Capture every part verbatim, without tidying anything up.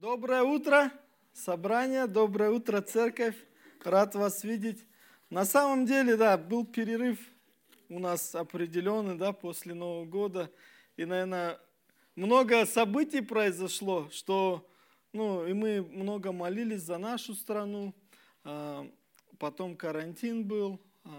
Доброе утро, собрание, доброе утро, церковь. Рад вас видеть. На самом деле, да, был перерыв у нас определенный, да, после Нового года. И, наверное, много событий произошло, что, ну, и мы много молились за нашу страну. Потом карантин был.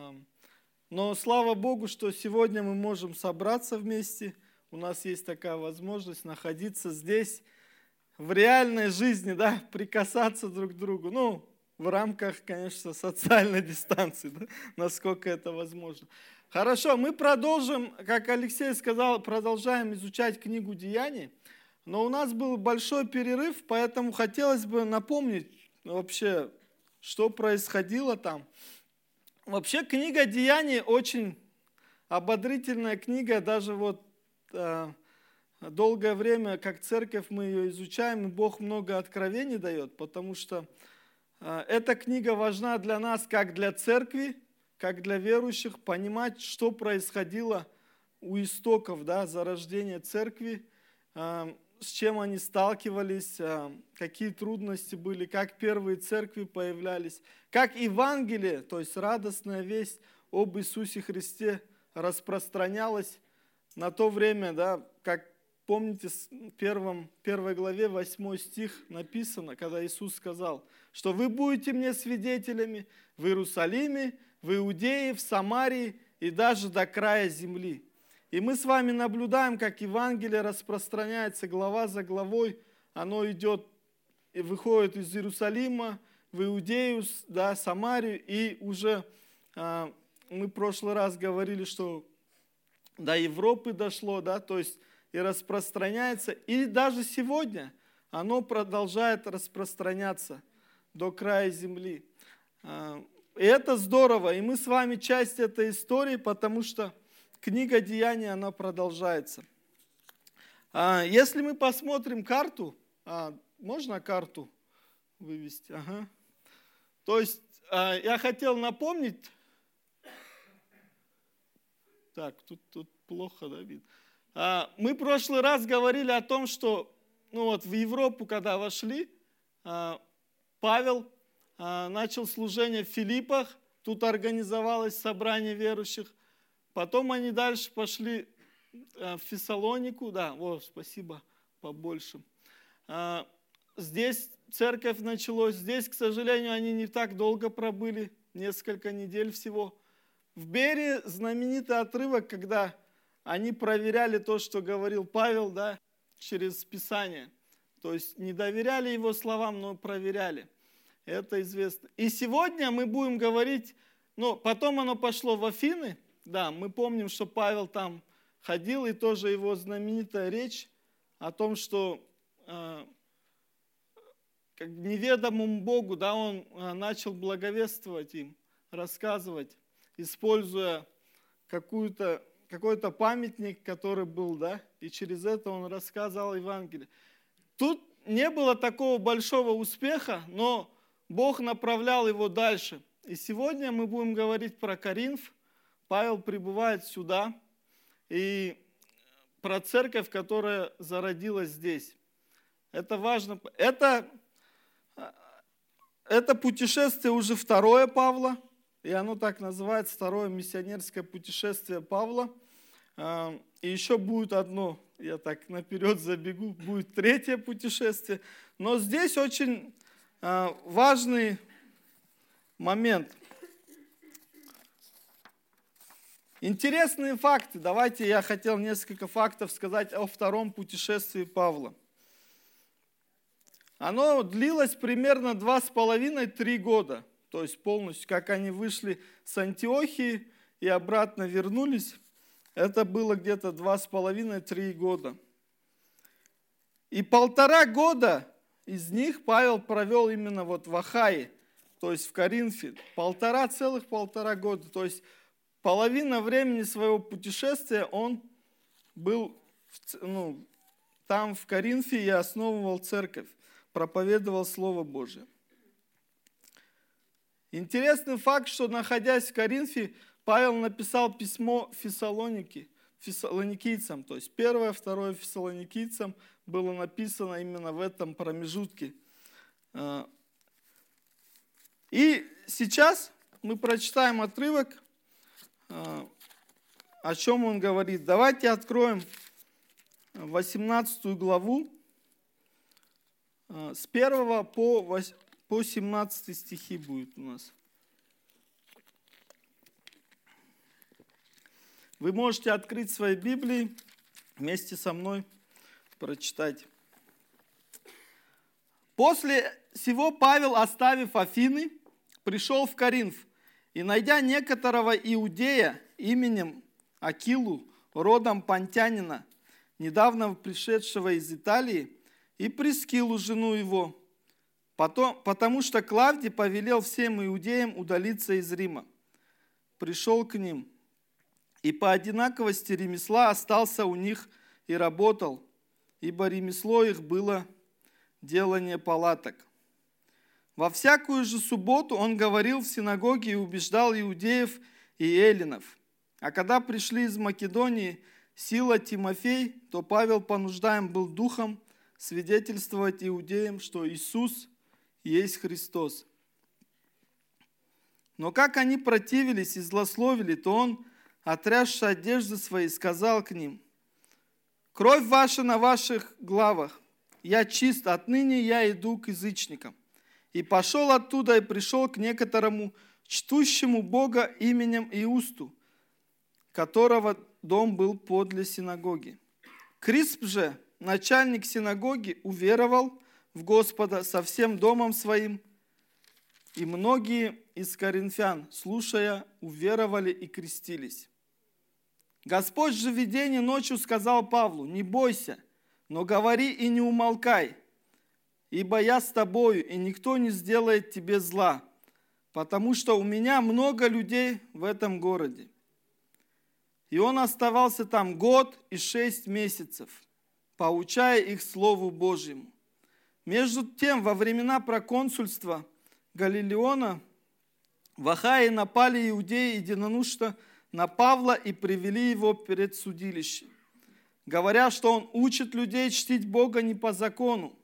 Но слава Богу, что сегодня мы можем собраться вместе. У нас есть такая возможность находиться здесь, в реальной жизни, да, прикасаться друг к другу. Ну, в рамках, конечно, социальной дистанции, да, насколько это возможно. Хорошо, мы продолжим, как Алексей сказал, продолжаем изучать книгу Деяний. Но у нас был большой перерыв, поэтому хотелось бы напомнить вообще, что происходило там. Вообще книга Деяний очень ободрительная книга, даже вот долгое время, как церковь, мы ее изучаем, и Бог много откровений дает, потому что эта книга важна для нас, как для церкви, как для верующих, понимать, что происходило у истоков, да, зарождения церкви, с чем они сталкивались, какие трудности были, как первые церкви появлялись, как Евангелие, то есть радостная весть об Иисусе Христе распространялась на то время, да, как помните, в первом, первой главе, восьмой стих написано, когда Иисус сказал, что вы будете мне свидетелями в Иерусалиме, в Иудее, в Самарии и даже до края земли. И мы с вами наблюдаем, как Евангелие распространяется глава за главой, оно идет и выходит из Иерусалима в Иудею, да, Самарию, и уже а, мы в прошлый раз говорили, что до Европы дошло, да, то есть и распространяется. И даже сегодня оно продолжает распространяться до края земли. И это здорово. И мы с вами часть этой истории, потому что книга Деяний, она продолжается. Если мы посмотрим карту, можно карту вывести? Ага. То есть я хотел напомнить, так, тут, тут плохо, да, видно. Мы в прошлый раз говорили о том, что ну вот, в Европу, когда вошли, Павел начал служение в Филиппах, тут организовалось собрание верующих. Потом они дальше пошли в Фессалонику, да, вот, спасибо, побольше. Здесь церковь началась, здесь, к сожалению, они не так долго пробыли, несколько недель всего. В Берии знаменитый отрывок, когда они проверяли то, что говорил Павел, да, через Писание. То есть не доверяли его словам, но проверяли. Это известно. И сегодня мы будем говорить, ну, потом оно пошло в Афины. Да, мы помним, что Павел там ходил, и тоже его знаменитая речь о том, что э, как неведомому Богу, да, он э, начал благовествовать им, рассказывать, используя какую-то какой-то памятник, который был, да, и через это он рассказал Евангелие. Тут не было такого большого успеха, но Бог направлял его дальше. И сегодня мы будем говорить про Коринф. Павел прибывает сюда, и про церковь, которая зародилась здесь. Это важно. Это, это путешествие уже второе Павла. И оно так называется, второе миссионерское путешествие Павла. И еще будет одно, я так наперед забегу, будет третье путешествие. Но здесь очень важный момент. Интересные факты. Давайте я хотел несколько фактов сказать о втором путешествии Павла. Оно длилось примерно два с половиной-три года. То есть полностью, как они вышли с Антиохии и обратно вернулись, это было где-то два с половиной-три года. И полтора года из них Павел провел именно вот в Ахае, то есть в Коринфе. Полтора, целых полтора года. То есть половина времени своего путешествия он был ну, там в Коринфе и основывал церковь, проповедовал Слово Божие. Интересный факт, что находясь в Коринфе, Павел написал письмо Фессалоники. фессалоникийцам. То есть первое, второе фессалоникийцам было написано именно в этом промежутке. И сейчас мы прочитаем отрывок, о чем он говорит. Давайте откроем восемнадцатую главу, с первого по семнадцатый стихи будет у нас. Вы можете открыть свои Библии, вместе со мной прочитать. После сего Павел, оставив Афины, пришел в Коринф, и, найдя некоторого иудея именем Акилу, родом понтянина, недавно пришедшего из Италии, и Прискилу, жену его, потом, потому что Клавдий повелел всем иудеям удалиться из Рима. Пришел к ним, и по одинаковости ремесла остался у них и работал, ибо ремесло их было делание палаток. Во всякую же субботу он говорил в синагоге и убеждал иудеев и эллинов. А когда пришли из Македонии Сила, Тимофей, то Павел понуждаем был духом свидетельствовать иудеям, что Иисус есть Христос. Но как они противились и злословили, то он, отрясши одежды свои, сказал к ним: «Кровь ваша на ваших главах, я чист, отныне я иду к язычникам». И пошел оттуда и пришел к некоторому чтущему Бога именем Иусту, которого дом был подле синагоги. Крисп же, начальник синагоги, уверовал в Господа со всем домом своим, и многие из коринфян, слушая, уверовали и крестились. Господь же в видении ночью сказал Павлу: «Не бойся, но говори и не умолкай, ибо я с тобою, и никто не сделает тебе зла, потому что у меня много людей в этом городе». И он оставался там год и шесть месяцев, поучая их Слову Божьему. Между тем, во времена проконсульства Галилеона в Ахае напали иудеи единодушно на Павла и привели его перед судилищем, говоря, что он учит людей чтить Бога не по закону.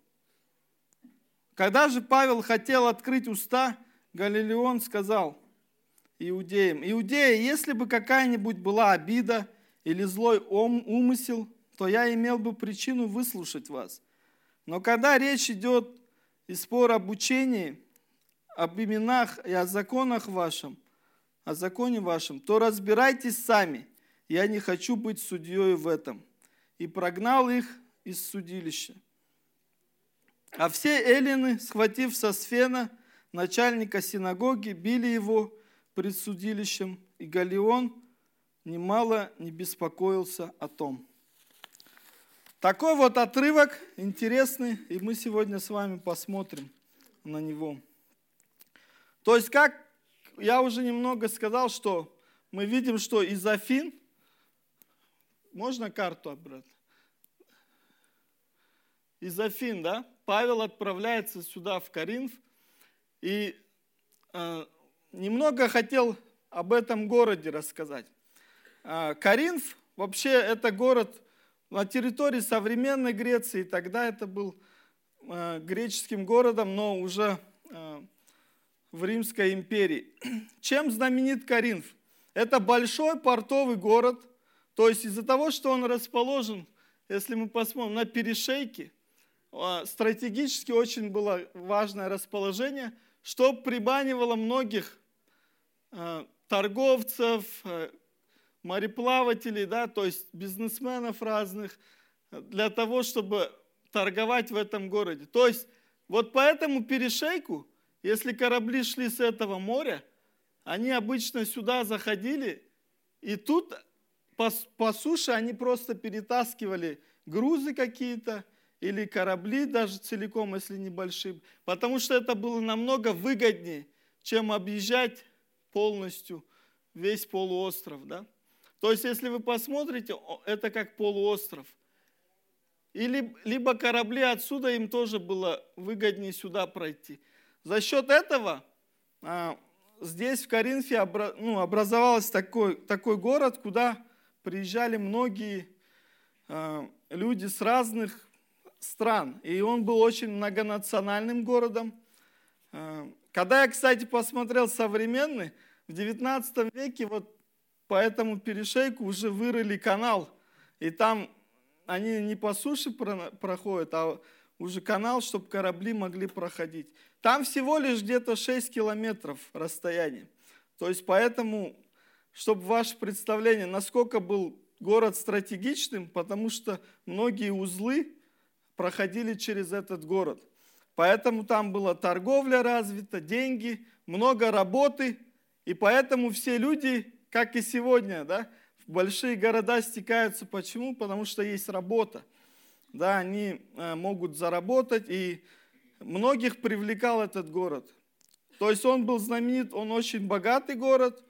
Когда же Павел хотел открыть уста, Галилеон сказал иудеям: «Иудеи, если бы какая-нибудь была обида или злой умысел, то я имел бы причину выслушать вас. Но когда речь идет и спор об учении, об именах и о законах вашем, о законе вашем, то разбирайтесь сами, я не хочу быть судьей в этом». И прогнал их из судилища. А все эллины, схватив Сосфена, начальника синагоги, били его пред судилищем, и Галлион немало не беспокоился о том. Такой вот отрывок интересный, и мы сегодня с вами посмотрим на него. То есть, как я уже немного сказал, что мы видим, что из Афин, можно карту обратно? Из Афин, да, Павел отправляется сюда, в Коринф, и э, немного хотел об этом городе рассказать. Э, Коринф, вообще, это город на территории современной Греции, тогда это был э, греческим городом, но уже э, в Римской империи. Чем знаменит Коринф? Это большой портовый город, то есть из-за того, что он расположен, если мы посмотрим, на перешейке, стратегически очень было важное расположение, что приманивало многих э, торговцев, э, мореплавателей, да, то есть бизнесменов разных, для того, чтобы торговать в этом городе. То есть вот по этому перешейку, если корабли шли с этого моря, они обычно сюда заходили, и тут по, по суше они просто перетаскивали грузы какие-то, или корабли даже целиком, если небольшие, потому что это было намного выгоднее, чем объезжать полностью весь полуостров. Да? То есть, если вы посмотрите, это как полуостров. Или, либо корабли отсюда, им тоже было выгоднее сюда пройти. За счет этого а, здесь, в Коринфе, обра, ну, образовался такой, такой город, куда приезжали многие э, люди с разных стран. И он был очень многонациональным городом. Э, когда я, кстати, посмотрел современный, в девятнадцатом веке вот по этому перешейку уже вырыли канал. И там они не по суше проходят, а уже канал, чтобы корабли могли проходить. Там всего лишь где-то шесть километров расстояние. То есть поэтому, чтобы ваше представление, насколько был город стратегичным, потому что многие узлы проходили через этот город. Поэтому там была торговля развита, деньги, много работы. И поэтому все люди, как и сегодня, да, в большие города стекаются. Почему? Потому что есть работа. Да, они могут заработать, и многих привлекал этот город. То есть он был знаменит, он очень богатый город.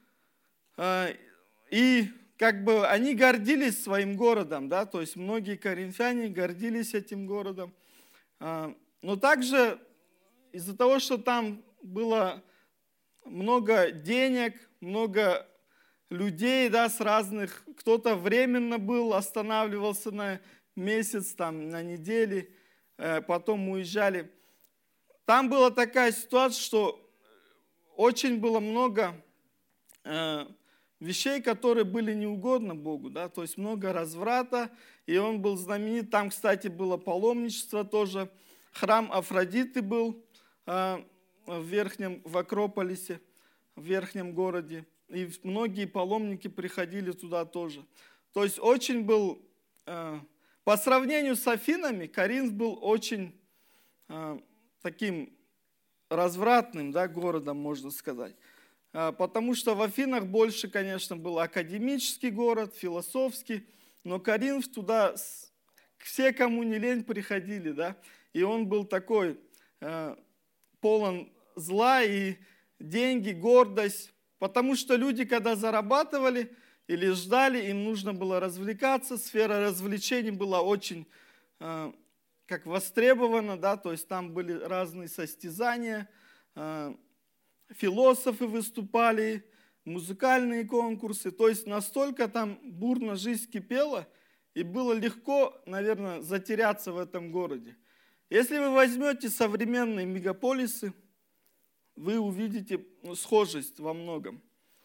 И как бы они гордились своим городом, да, то есть многие коринфяне гордились этим городом. Но также из-за того, что там было много денег, много людей, да, с разных, кто-то временно был, останавливался на месяц, там, на недели, потом уезжали. Там была такая ситуация, что очень было много э, вещей, которые были неугодны Богу, да, то есть много разврата, и он был знаменит. Там, кстати, было паломничество тоже. Храм Афродиты был э, в Верхнем, в Акрополисе, в Верхнем городе. И многие паломники приходили туда тоже. То есть очень был, э, по сравнению с Афинами, Коринф был очень э, таким развратным, да, городом, можно сказать. Э, потому что в Афинах больше, конечно, был академический город, философский, но Коринф туда, все, кому не лень, приходили, да. И он был такой, э, полон зла и деньги, гордость. Потому что люди, когда зарабатывали или ждали, им нужно было развлекаться, сфера развлечений была очень э, как востребована, да, то есть там были разные состязания, э, философы выступали, музыкальные конкурсы, то есть настолько там бурно жизнь кипела, и было легко, наверное, затеряться в этом городе. Если вы возьмете современные мегаполисы, вы увидите схожесть во многом.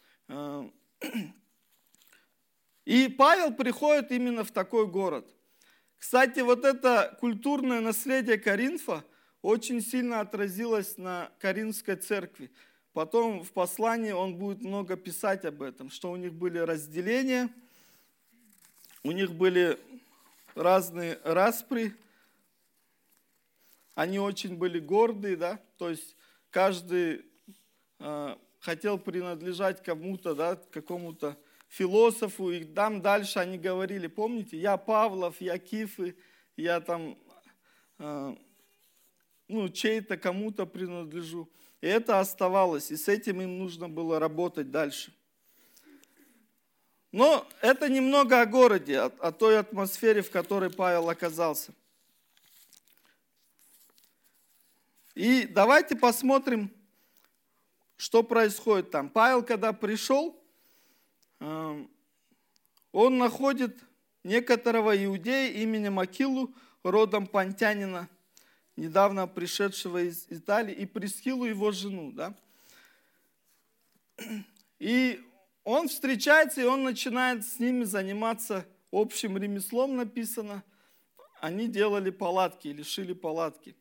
И Павел приходит именно в такой город. Кстати, вот это культурное наследие Коринфа очень сильно отразилось на Коринфской церкви. Потом в послании он будет много писать об этом, что у них были разделения, у них были разные распри, они очень были гордые, да, то есть каждый э, хотел принадлежать кому-то, да, какому-то философу, и там дальше они говорили, помните, я Павлов, я Кифы, я там, э, ну, чей-то кому-то принадлежу. И это оставалось, и с этим им нужно было работать дальше. Но это немного о городе, о, о той атмосфере, в которой Павел оказался. И давайте посмотрим, что происходит там. Павел, когда пришел, он находит некоторого иудея именем Акилу, родом понтянина, недавно пришедшего из Италии, и Присхилу, его жену. Да? И он встречается, и он начинает с ними заниматься общим ремеслом, написано. Они делали палатки или шили палатки.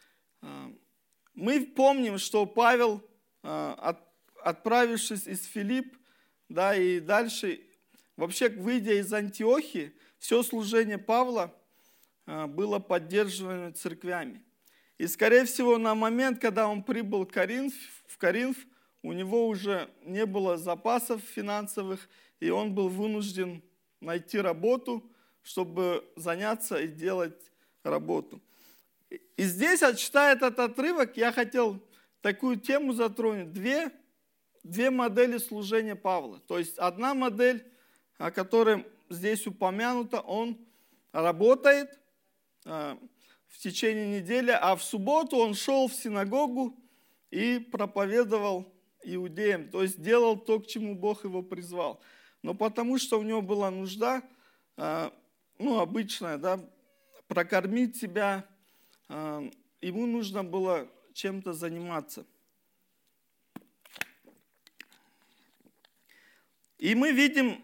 Мы помним, что Павел, отправившись из Филипп, да, и дальше, вообще, выйдя из Антиохии, все служение Павла было поддерживано церквями. И, скорее всего, на момент, когда он прибыл в Коринф, в Коринф, у него уже не было запасов финансовых, и он был вынужден найти работу, чтобы заняться и делать работу. И здесь, читая этот отрывок, я хотел такую тему затронуть. Две, две модели служения Павла. То есть одна модель, о которой здесь упомянуто, он работает э, в течение недели, а в субботу он шел в синагогу и проповедовал иудеям. То есть делал то, к чему Бог его призвал. но потому что у него была нужда, ну, обычная, да, прокормить себя, ему нужно было чем-то заниматься. И мы видим,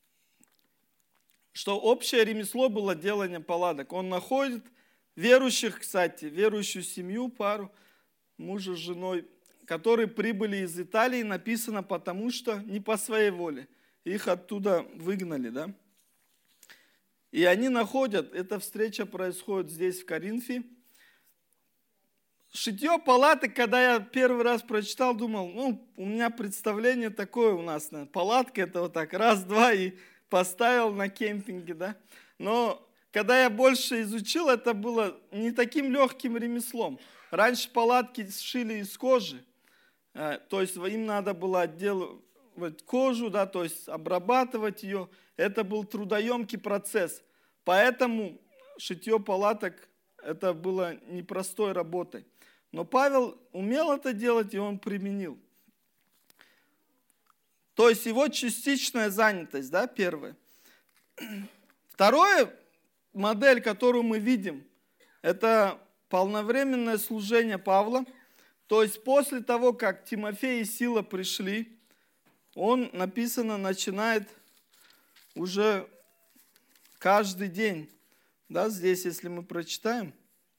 что общее ремесло было делание палаток. Он находит верующих, кстати, верующую семью, пару, мужа с женой, которые прибыли из Италии, написано, потому что не по своей воле. Их оттуда выгнали, да? И они находят, эта встреча происходит здесь, в Коринфе. Шитье палаток, когда я первый раз прочитал, думал, ну, у меня представление такое у нас, наверное, палатка это вот так, раз-два и поставил на кемпинге, да. Но когда я больше изучил, это было не таким легким ремеслом. Раньше палатки сшили из кожи, то есть им надо было отделывать кожу, да, то есть обрабатывать ее. Это был трудоемкий процесс, поэтому шитье палаток это было непростой работой. Но Павел умел это делать, и он применил. То есть его частичная занятость, да, первое. Второе, модель, которую мы видим, это полновременное служение Павла. То есть после того, как Тимофей и Сила пришли, он, написано, начинает уже каждый день. Да, здесь, если мы прочитаем,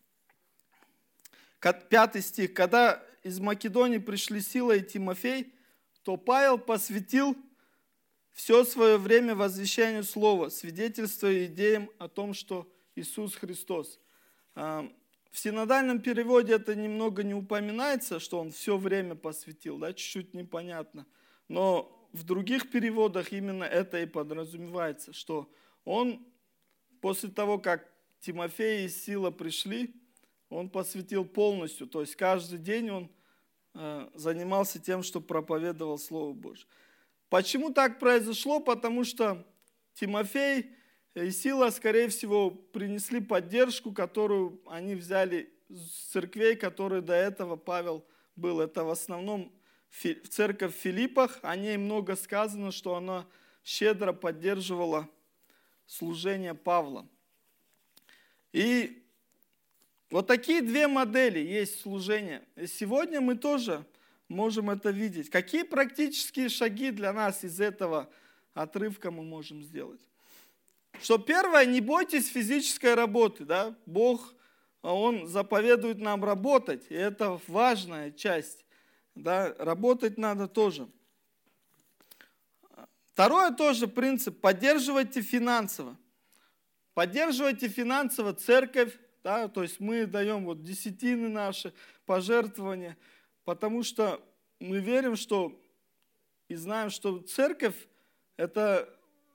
пятый стих. Когда из Македонии пришли Сила и Тимофей, то Павел посвятил все свое время возвещанию слова, свидетельствуя идеям о том, что Иисус Христос. В синодальном переводе это немного не упоминается, что он все время посвятил, да, чуть-чуть непонятно. Но в других переводах именно это и подразумевается, что он после того, как Тимофей и Сила пришли, он посвятил полностью, то есть каждый день он э, занимался тем, что проповедовал Слово Божье. Почему так произошло? Потому что Тимофей и Сила, скорее всего, принесли поддержку, которую они взяли с церквей, которые до этого Павел был. Это в основном в церковь в Филиппах. О ней много сказано, что она щедро поддерживала служение Павла. И вот такие две модели есть служения. И сегодня мы тоже можем это видеть. Какие практические шаги для нас из этого отрывка мы можем сделать? Что первое, не бойтесь физической работы. Да? Бог, Он заповедует нам работать, и это важная часть. Да? Работать надо тоже. Второе тоже принцип, поддерживайте финансово. Поддерживайте финансово церковь, да, то есть мы даем вот десятины наши, пожертвования, потому что мы верим, что и знаем, что церковь это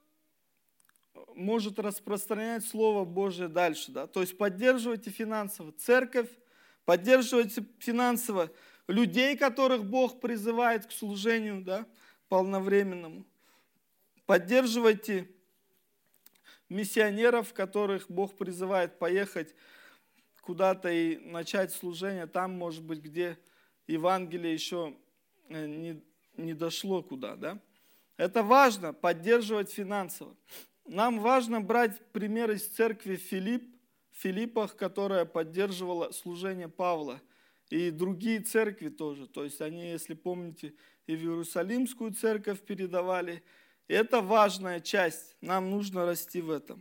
может распространять Слово Божие дальше. Да? То есть поддерживайте финансово церковь, поддерживайте финансово людей, которых Бог призывает к служению, да, полновременному. Поддерживайте миссионеров, которых Бог призывает поехать куда-то и начать служение там, может быть, где Евангелие еще не, не дошло куда, да? Это важно, поддерживать финансово. Нам важно брать пример из церкви Филипп, в Филиппах, которая поддерживала служение Павла, и другие церкви тоже. То есть они, если помните, и в Иерусалимскую церковь передавали. И это важная часть, нам нужно расти в этом.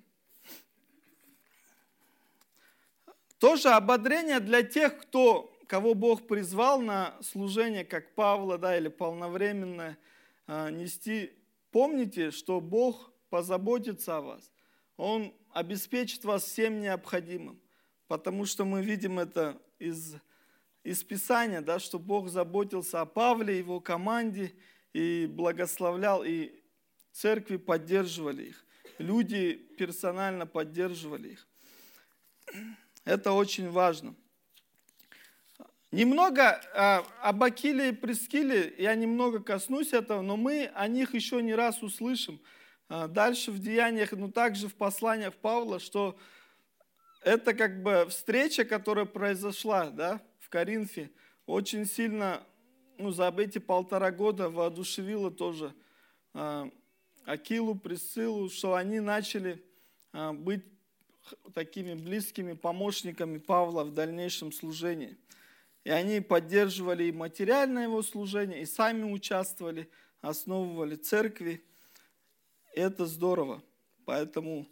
Тоже ободрение для тех, кто, кого Бог призвал на служение, как Павла, да, или полновременное а, нести. Помните, что Бог позаботится о вас. Он обеспечит вас всем необходимым. Потому что мы видим это из, из Писания, да, что Бог заботился о Павле, его команде, и благословлял, и церкви поддерживали их. Люди персонально поддерживали их. Это очень важно. Немного а, об Акиле и Прискиле, я немного коснусь этого, но мы о них еще не раз услышим. А, дальше в Деяниях, но также в посланиях Павла, что это как бы встреча, которая произошла, да, в Коринфе, очень сильно, ну, за эти полтора года воодушевила тоже а, Акилу, Присциллу, что они начали быть такими близкими помощниками Павла в дальнейшем служении. И они поддерживали и материальное его служение, и сами участвовали, основывали церкви. Это здорово. Поэтому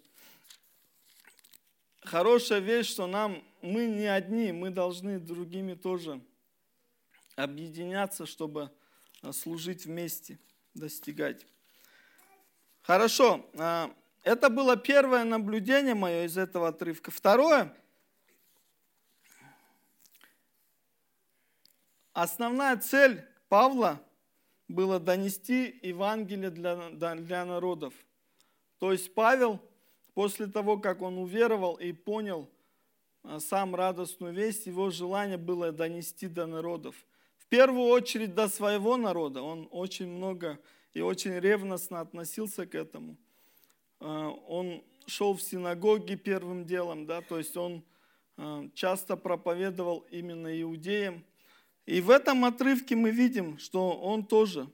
хорошая вещь, что нам, мы не одни, мы должны с другими тоже объединяться, чтобы служить вместе, достигать. Хорошо. Это было первое наблюдение мое из этого отрывка. Второе. Основная цель Павла была донести Евангелие для, для народов. То есть Павел, после того, как он уверовал и понял сам радостную весть, его желание было донести до народов. В первую очередь до своего народа. Он очень много и очень ревностно относился к этому. Он шел в синагоги первым делом, да, то есть он часто проповедовал именно иудеям. И в этом отрывке мы видим, что он тоже,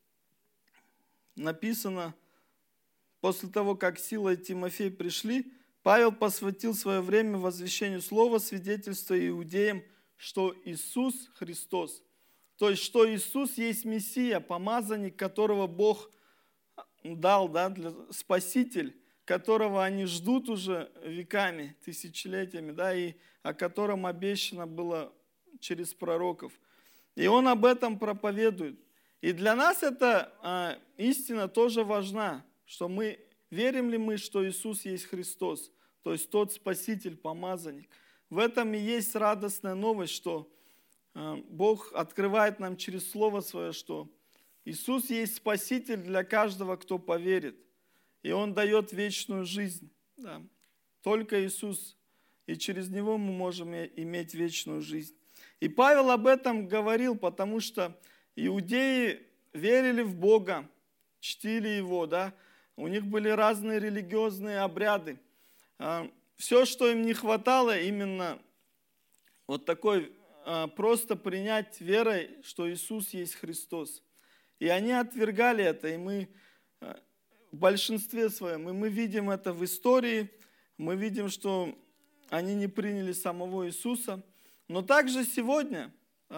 написано, после того, как Сила и Тимофей пришли, Павел посвятил свое время возвещению слова, свидетельства иудеям, что Иисус Христос, то есть, что Иисус есть Мессия, помазанник, которого Бог дал, да, для, Спаситель, которого они ждут уже веками, тысячелетиями, да, и о котором обещано было через пророков. И он об этом проповедует. И для нас эта а, истина тоже важна, что мы, верим ли мы, что Иисус есть Христос, то есть тот Спаситель, помазанник. В этом и есть радостная новость, что а, Бог открывает нам через Слово Свое, что Иисус есть Спаситель для каждого, кто поверит. И Он дает вечную жизнь. Да. Только Иисус. И через Него мы можем иметь вечную жизнь. И Павел об этом говорил, потому что иудеи верили в Бога, чтили Его, да? У них были разные религиозные обряды. Все, что им не хватало, именно вот такой просто принять верой, что Иисус есть Христос. И они отвергали это, и мы в большинстве своем, и мы видим это в истории, мы видим, что они не приняли самого Иисуса. Но также сегодня,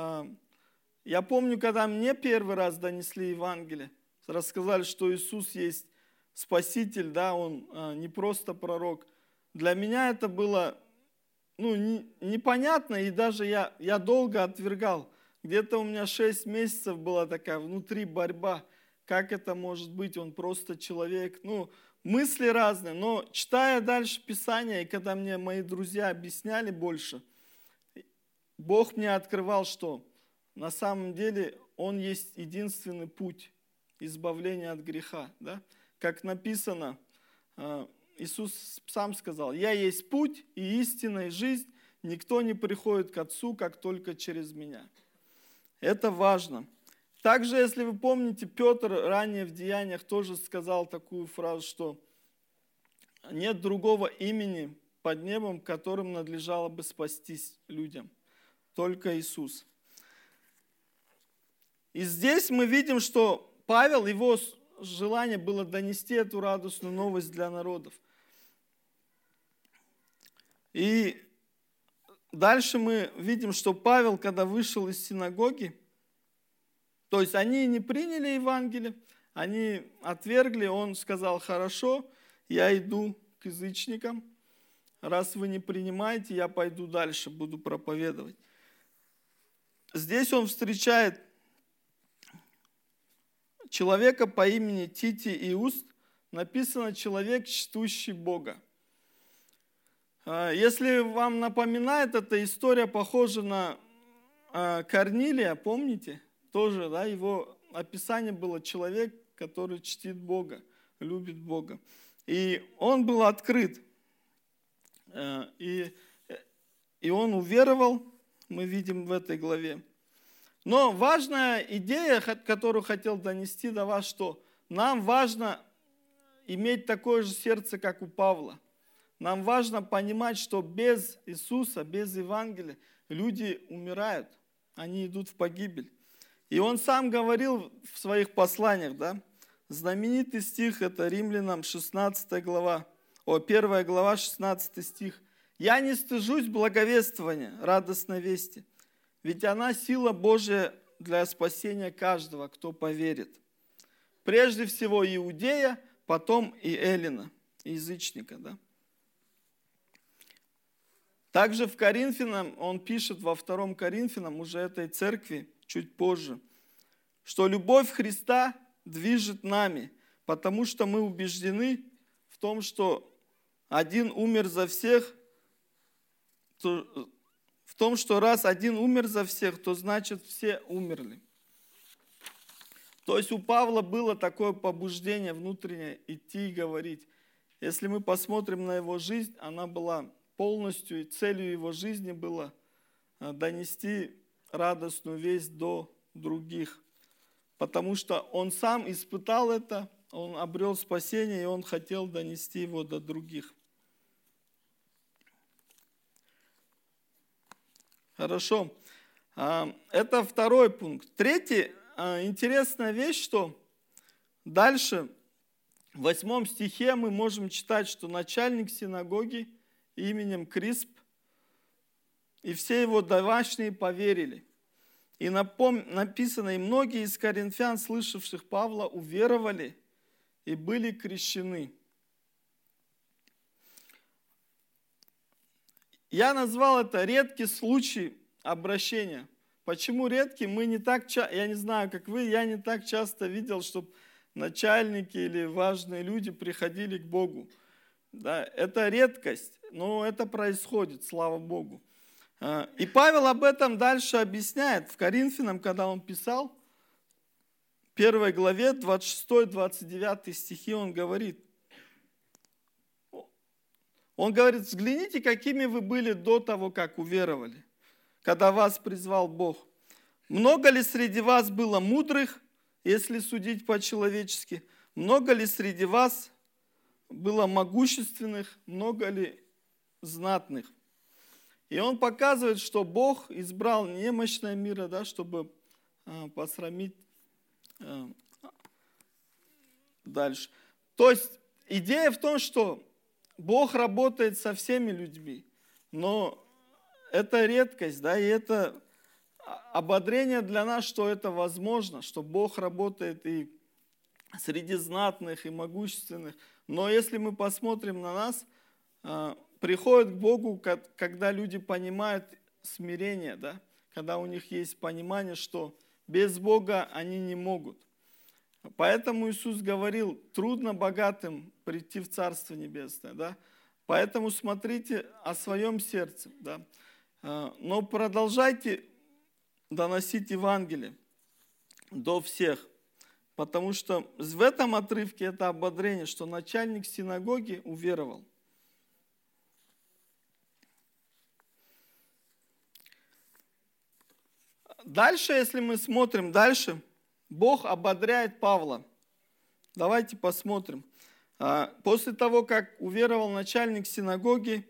я помню, когда мне первый раз донесли Евангелие, рассказали, что Иисус есть Спаситель, да, Он не просто пророк. Для меня это было ну, не, непонятно, и даже я, я долго отвергал. Где-то у меня шесть месяцев была такая внутри борьба. Как это может быть? Он просто человек. Ну, мысли разные. Но читая дальше Писание, и когда мне мои друзья объясняли больше, Бог мне открывал, что на самом деле Он есть единственный путь избавления от греха. Да? Как написано, Иисус сам сказал: «Я есть путь и истина и жизнь, никто не приходит к Отцу, как только через Меня». Это важно. Также, если вы помните, Петр ранее в Деяниях тоже сказал такую фразу, что нет другого имени под небом, которым надлежало бы спастись людям. Только Иисус. И здесь мы видим, что Павел, его желание было донести эту радостную новость для народов. И дальше мы видим, что Павел, когда вышел из синагоги, то есть они не приняли Евангелие, они отвергли, он сказал: хорошо, я иду к язычникам, раз вы не принимаете, я пойду дальше, буду проповедовать. Здесь он встречает человека по имени Тити Иуст, написано: человек, чтущий Бога. Если вам напоминает, эта история похожа на Корнилия, помните? Тоже, да, его описание было: человек, который чтит Бога, любит Бога. И он был открыт. И, и он уверовал, мы видим в этой главе. Но важная идея, которую хотел донести до вас, что нам важно иметь такое же сердце, как у Павла. Нам важно понимать, что без Иисуса, без Евангелия люди умирают, они идут в погибель. И он сам говорил в своих посланиях, да, знаменитый стих, это Римлянам шестнадцатая глава, о, первая глава, шестнадцатый стих. «Я не стыжусь благовествования, радостной вести, ведь она сила Божия для спасения каждого, кто поверит. Прежде всего иудея, потом и эллина, язычника». Да? Также в Коринфянам, он пишет во втором Коринфянам, уже этой церкви, чуть позже, что любовь Христа движет нами, потому что мы убеждены в том, что один умер за всех, то, в том, что раз один умер за всех, то значит все умерли. То есть у Павла было такое побуждение внутреннее идти и говорить. Если мы посмотрим на его жизнь, она была полностью, и целью его жизни было донести радостную весть до других. Потому что он сам испытал это, он обрел спасение, и он хотел донести его до других. Хорошо. Это второй пункт. Третий, интересная вещь, что дальше в восьмом стихе мы можем читать, что начальник синагоги именем Крисп и все его домашние поверили. И написано, и многие из коринфян, слышавших Павла, уверовали и были крещены. Я назвал это редкий случай обращения. Почему редкий? Мы не так часто, я не знаю, как вы, я не так часто видел, чтобы начальники или важные люди приходили к Богу. Да, это редкость, но это происходит, слава Богу. И Павел об этом дальше объясняет в Коринфянам, когда он писал, в первой главе, двадцать шестой двадцать девятый стихи, он говорит, он говорит, взгляните, какими вы были до того, как уверовали, когда вас призвал Бог. Много ли среди вас было мудрых, если судить по-человечески? Много ли среди вас было могущественных, много ли знатных? И он показывает, что Бог избрал немощное мира, да, чтобы а, посрамить а, дальше. То есть идея в том, что Бог работает со всеми людьми, но это редкость, да, и это ободрение для нас, что это возможно, что Бог работает и среди знатных, и могущественных. Но если мы посмотрим на нас, приходит к Богу, когда люди понимают смирение, да, когда у них есть понимание, что без Бога они не могут. Поэтому Иисус говорил, трудно богатым прийти в Царство Небесное. Да? Поэтому смотрите о своем сердце. Да? Но продолжайте доносить Евангелие до всех. Потому что в этом отрывке это ободрение, что начальник синагоги уверовал. Дальше, если мы смотрим дальше, Бог ободряет Павла. Давайте посмотрим. После того, как уверовал начальник синагоги,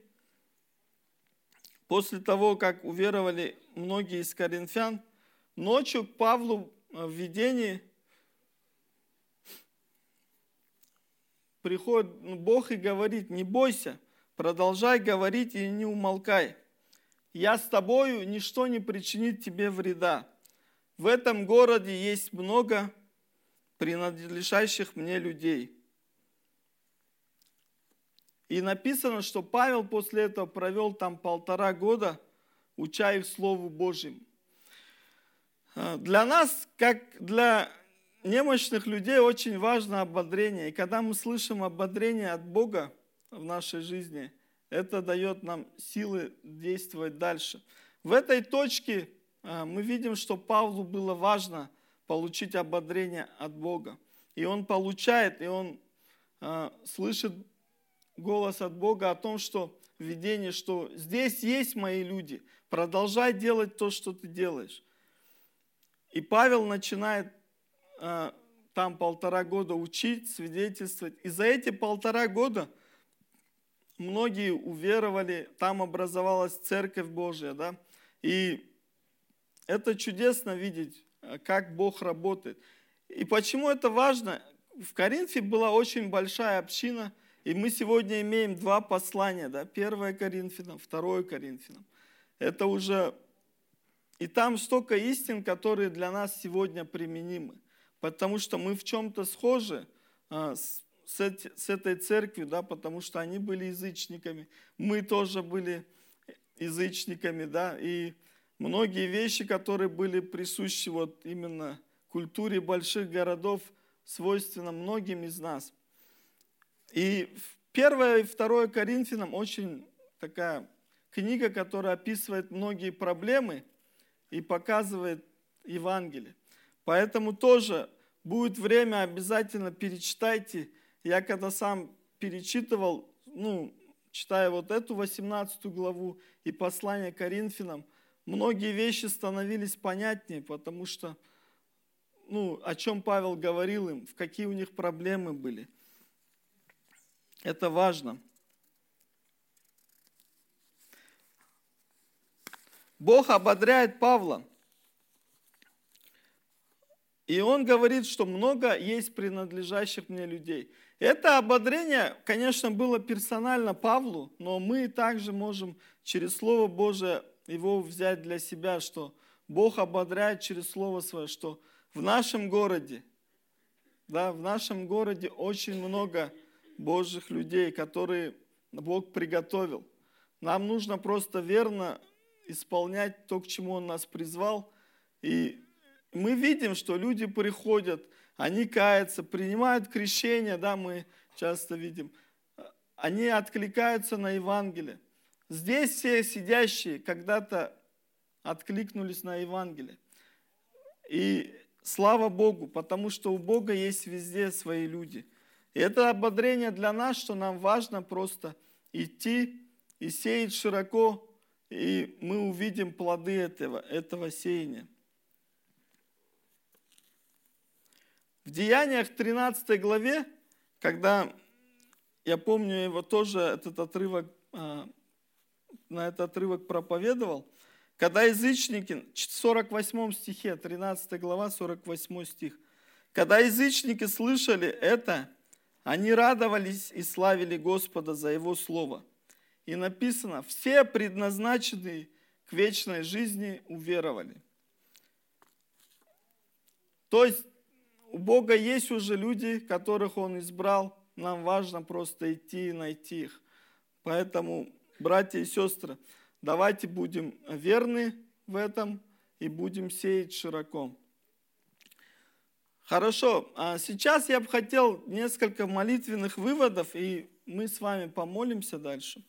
после того, как уверовали многие из коринфян, ночью к Павлу в видении приходит Бог и говорит, не бойся, продолжай говорить и не умолкай. Я с тобою, ничто не причинит тебе вреда. В этом городе есть много принадлежащих мне людей. И написано, что Павел после этого провел там полтора года, уча их Слову Божьему. Для нас, как для немощных людей, очень важно ободрение. И когда мы слышим ободрение от Бога в нашей жизни, это дает нам силы действовать дальше. В этой точке мы видим, что Павлу было важно получить ободрение от Бога. И он получает, и он э, слышит голос от Бога о том, что видение, что здесь есть мои люди, продолжай делать то, что ты делаешь. И Павел начинает э, там полтора года учить, свидетельствовать. И за эти полтора года многие уверовали, там образовалась Церковь Божья, да, и это чудесно видеть, как Бог работает. И почему это важно? в Коринфе была очень большая община, и мы сегодня имеем два послания, да, первое Коринфянам, второе Коринфянам. Это уже, и там столько истин, которые для нас сегодня применимы, потому что мы в чем-то схожи а, с, с, эти, с этой церковью, да, потому что они были язычниками, мы тоже были язычниками, да, и многие вещи, которые были присущи вот именно культуре больших городов, свойственно многим из нас. И первое и второе Коринфянам очень такая книга, которая описывает многие проблемы и показывает Евангелие. Поэтому тоже будет время, обязательно перечитайте. Я когда сам перечитывал, ну, читая вот эту восемнадцатую главу и послание Коринфянам, многие вещи становились понятнее, потому что, ну, о чем Павел говорил им, в какие у них проблемы были. Это важно. Бог ободряет Павла. И он говорит, что много есть принадлежащих мне людей. Это ободрение, конечно, было персонально Павлу, но мы также можем через Слово Божие его взять для себя, что Бог ободряет через Слово Свое, что в нашем городе, да, в нашем городе очень много Божьих людей, которые Бог приготовил. Нам нужно просто верно исполнять то, к чему Он нас призвал. И мы видим, что люди приходят, они каются, принимают крещение, да, мы часто видим. Они откликаются на Евангелие. Здесь все сидящие когда-то откликнулись на Евангелие. И слава Богу, потому что у Бога есть везде свои люди. И это ободрение для нас, что нам важно просто идти и сеять широко, и мы увидим плоды этого, этого сеяния. В Деяниях тринадцатой главе, когда, я помню, его тоже этот отрывок, на этот отрывок проповедовал, когда язычники, в сорок восьмом стихе, тринадцатая глава, сорок восьмой стих, когда язычники слышали это, они радовались и славили Господа за Его Слово. И написано, все предназначенные к вечной жизни уверовали. То есть у Бога есть уже люди, которых Он избрал. Нам важно просто идти и найти их. Поэтому, братья и сестры, давайте будем верны в этом и будем сеять широко. Хорошо, а сейчас я бы хотел несколько молитвенных выводов, и мы с вами помолимся дальше.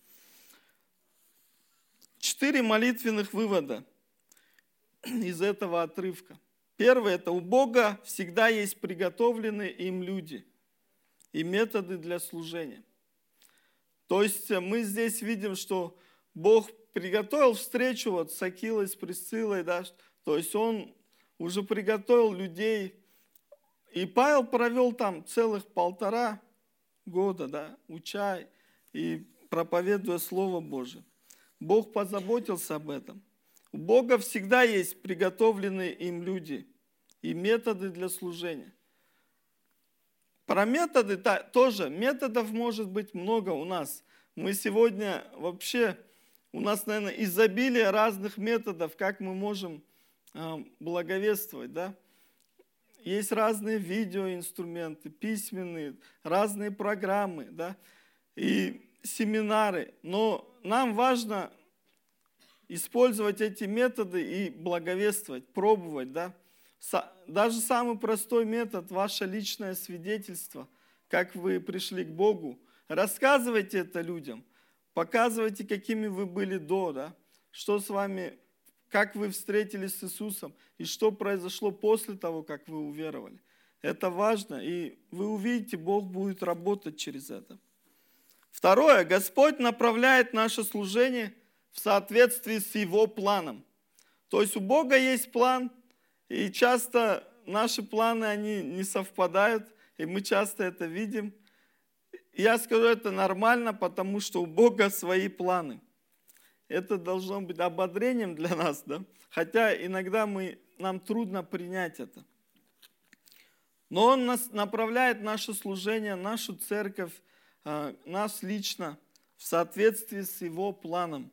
Четыре молитвенных вывода из этого отрывка. Первое, это у Бога всегда есть приготовленные им люди и методы для служения. То есть мы здесь видим, что Бог приготовил встречу вот с Акилой, с Присциллой, да, то есть Он уже приготовил людей. И Павел провел там целых полтора года, да, уча и проповедуя Слово Божие. Бог позаботился об этом. У Бога всегда есть приготовленные им люди и методы для служения. Про методы тоже. Методов может быть много у нас. Мы сегодня вообще, у нас, наверное, изобилие разных методов, как мы можем благовествовать, да. Есть разные видеоинструменты, письменные, разные программы, да, и семинары. Но нам важно использовать эти методы и благовествовать, пробовать, да. Даже самый простой метод, ваше личное свидетельство, как вы пришли к Богу. Рассказывайте это людям, показывайте, какими вы были до, да, что с вами, как вы встретились с Иисусом и что произошло после того, как вы уверовали. Это важно, и вы увидите, Бог будет работать через это. Второе, Господь направляет наше служение в соответствии с Его планом. То есть у Бога есть план, и часто наши планы, они не совпадают, и мы часто это видим. Я скажу, это нормально, потому что у Бога свои планы. Это должно быть ободрением для нас, да? Хотя иногда мы, нам трудно принять это. Но Он нас направляет наше служение, нашу церковь, нас лично в соответствии с Его планом.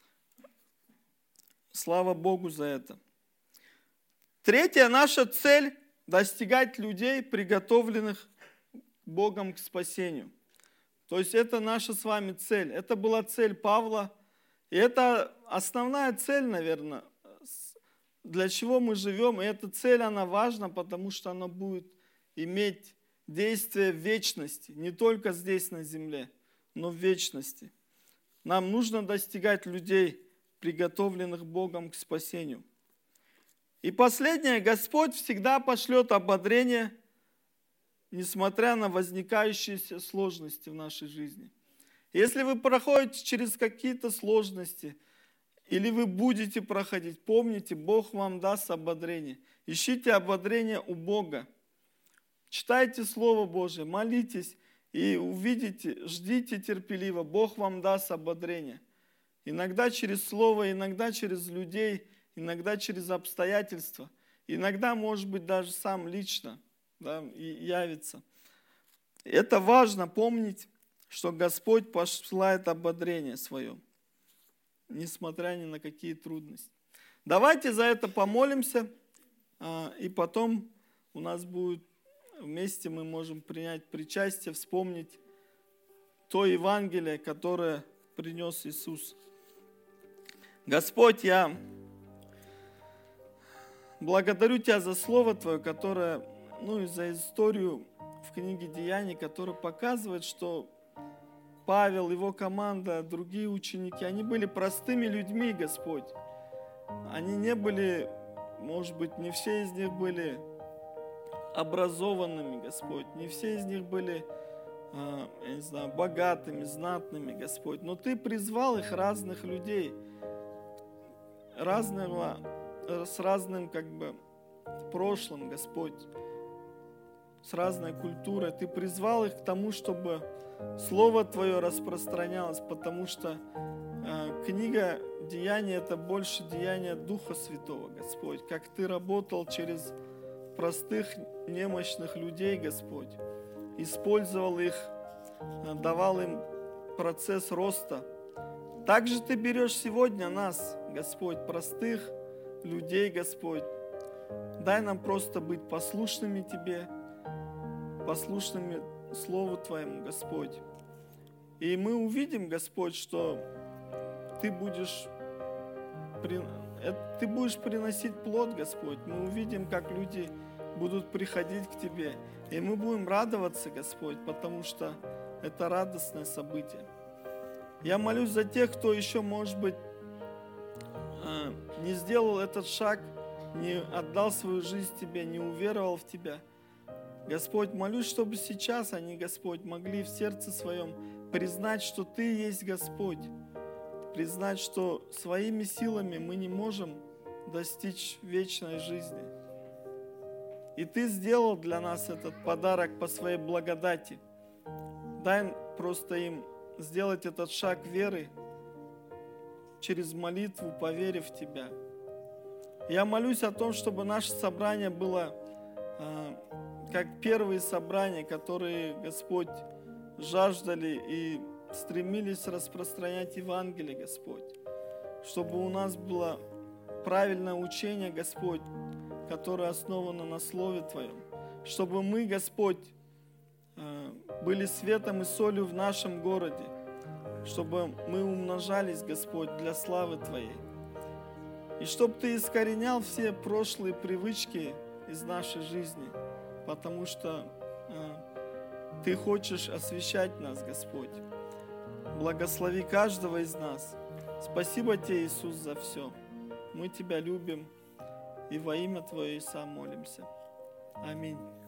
Слава Богу за это. Третья наша цель – достигать людей, приготовленных Богом к спасению. То есть это наша с вами цель. Это была цель Павла. И это основная цель, наверное, для чего мы живем. И эта цель, она важна, потому что она будет иметь действие в вечности. Не только здесь на земле, но в вечности. Нам нужно достигать людей, приготовленных Богом к спасению. И последнее, Господь всегда пошлет ободрение, несмотря на возникающие сложности в нашей жизни. Если вы проходите через какие-то сложности, или вы будете проходить, помните, Бог вам даст ободрение. Ищите ободрение у Бога. Читайте Слово Божие, молитесь и увидите, ждите терпеливо. Бог вам даст ободрение. Иногда через Слово, иногда через людей, иногда через обстоятельства. Иногда, может быть, даже сам лично, да, и явится. Это важно помнить, что Господь посылает ободрение свое, несмотря ни на какие трудности. Давайте за это помолимся, и потом у нас будет, вместе мы можем принять причастие, вспомнить то Евангелие, которое принес Иисус. Господь, я благодарю Тебя за Слово Твое, которое, ну и за историю в книге Деяний, которая показывает, что Павел, его команда, другие ученики, они были простыми людьми, Господь. Они не были, может быть, не все из них были образованными, Господь. Не все из них были, я не знаю, богатыми, знатными, Господь. Но Ты призвал их, разных людей, разного, с разным как бы прошлым, Господь, с разной культурой. Ты призвал их к тому, чтобы Слово Твое распространялось, потому что э, книга Деяний – это больше деяния Духа Святого, Господь. Как Ты работал через простых, немощных людей, Господь, использовал их, э, давал им процесс роста. Также Ты берешь сегодня нас, Господь, простых людей, Господь. Дай нам просто быть послушными Тебе, послушными Слову Твоему, Господь. И мы увидим, Господь, что Ты будешь, Ты будешь приносить плод, Господь. Мы увидим, как люди будут приходить к Тебе. И мы будем радоваться, Господь, потому что это радостное событие. Я молюсь за тех, кто еще, может быть, не сделал этот шаг, не отдал свою жизнь Тебе, не уверовал в Тебя. Господь, молюсь, чтобы сейчас они, Господь, могли в сердце своем признать, что Ты есть Господь. Признать, что своими силами мы не можем достичь вечной жизни. И Ты сделал для нас этот подарок по своей благодати. Дай просто им сделать этот шаг веры через молитву, поверив в Тебя. Я молюсь о том, чтобы наше собрание было э, как первые собрания, которые, Господь, жаждали и стремились распространять Евангелие, Господь. Чтобы у нас было правильное учение, Господь, которое основано на Слове Твоем. Чтобы мы, Господь, были светом и солью в нашем городе. Чтобы мы умножались, Господь, для славы Твоей. И чтобы Ты искоренял все прошлые привычки из нашей жизни, потому что э, Ты хочешь освящать нас, Господь. Благослови каждого из нас. Спасибо Тебе, Иисус, за все. Мы Тебя любим и во имя Твое, Иисуса, молимся. Аминь.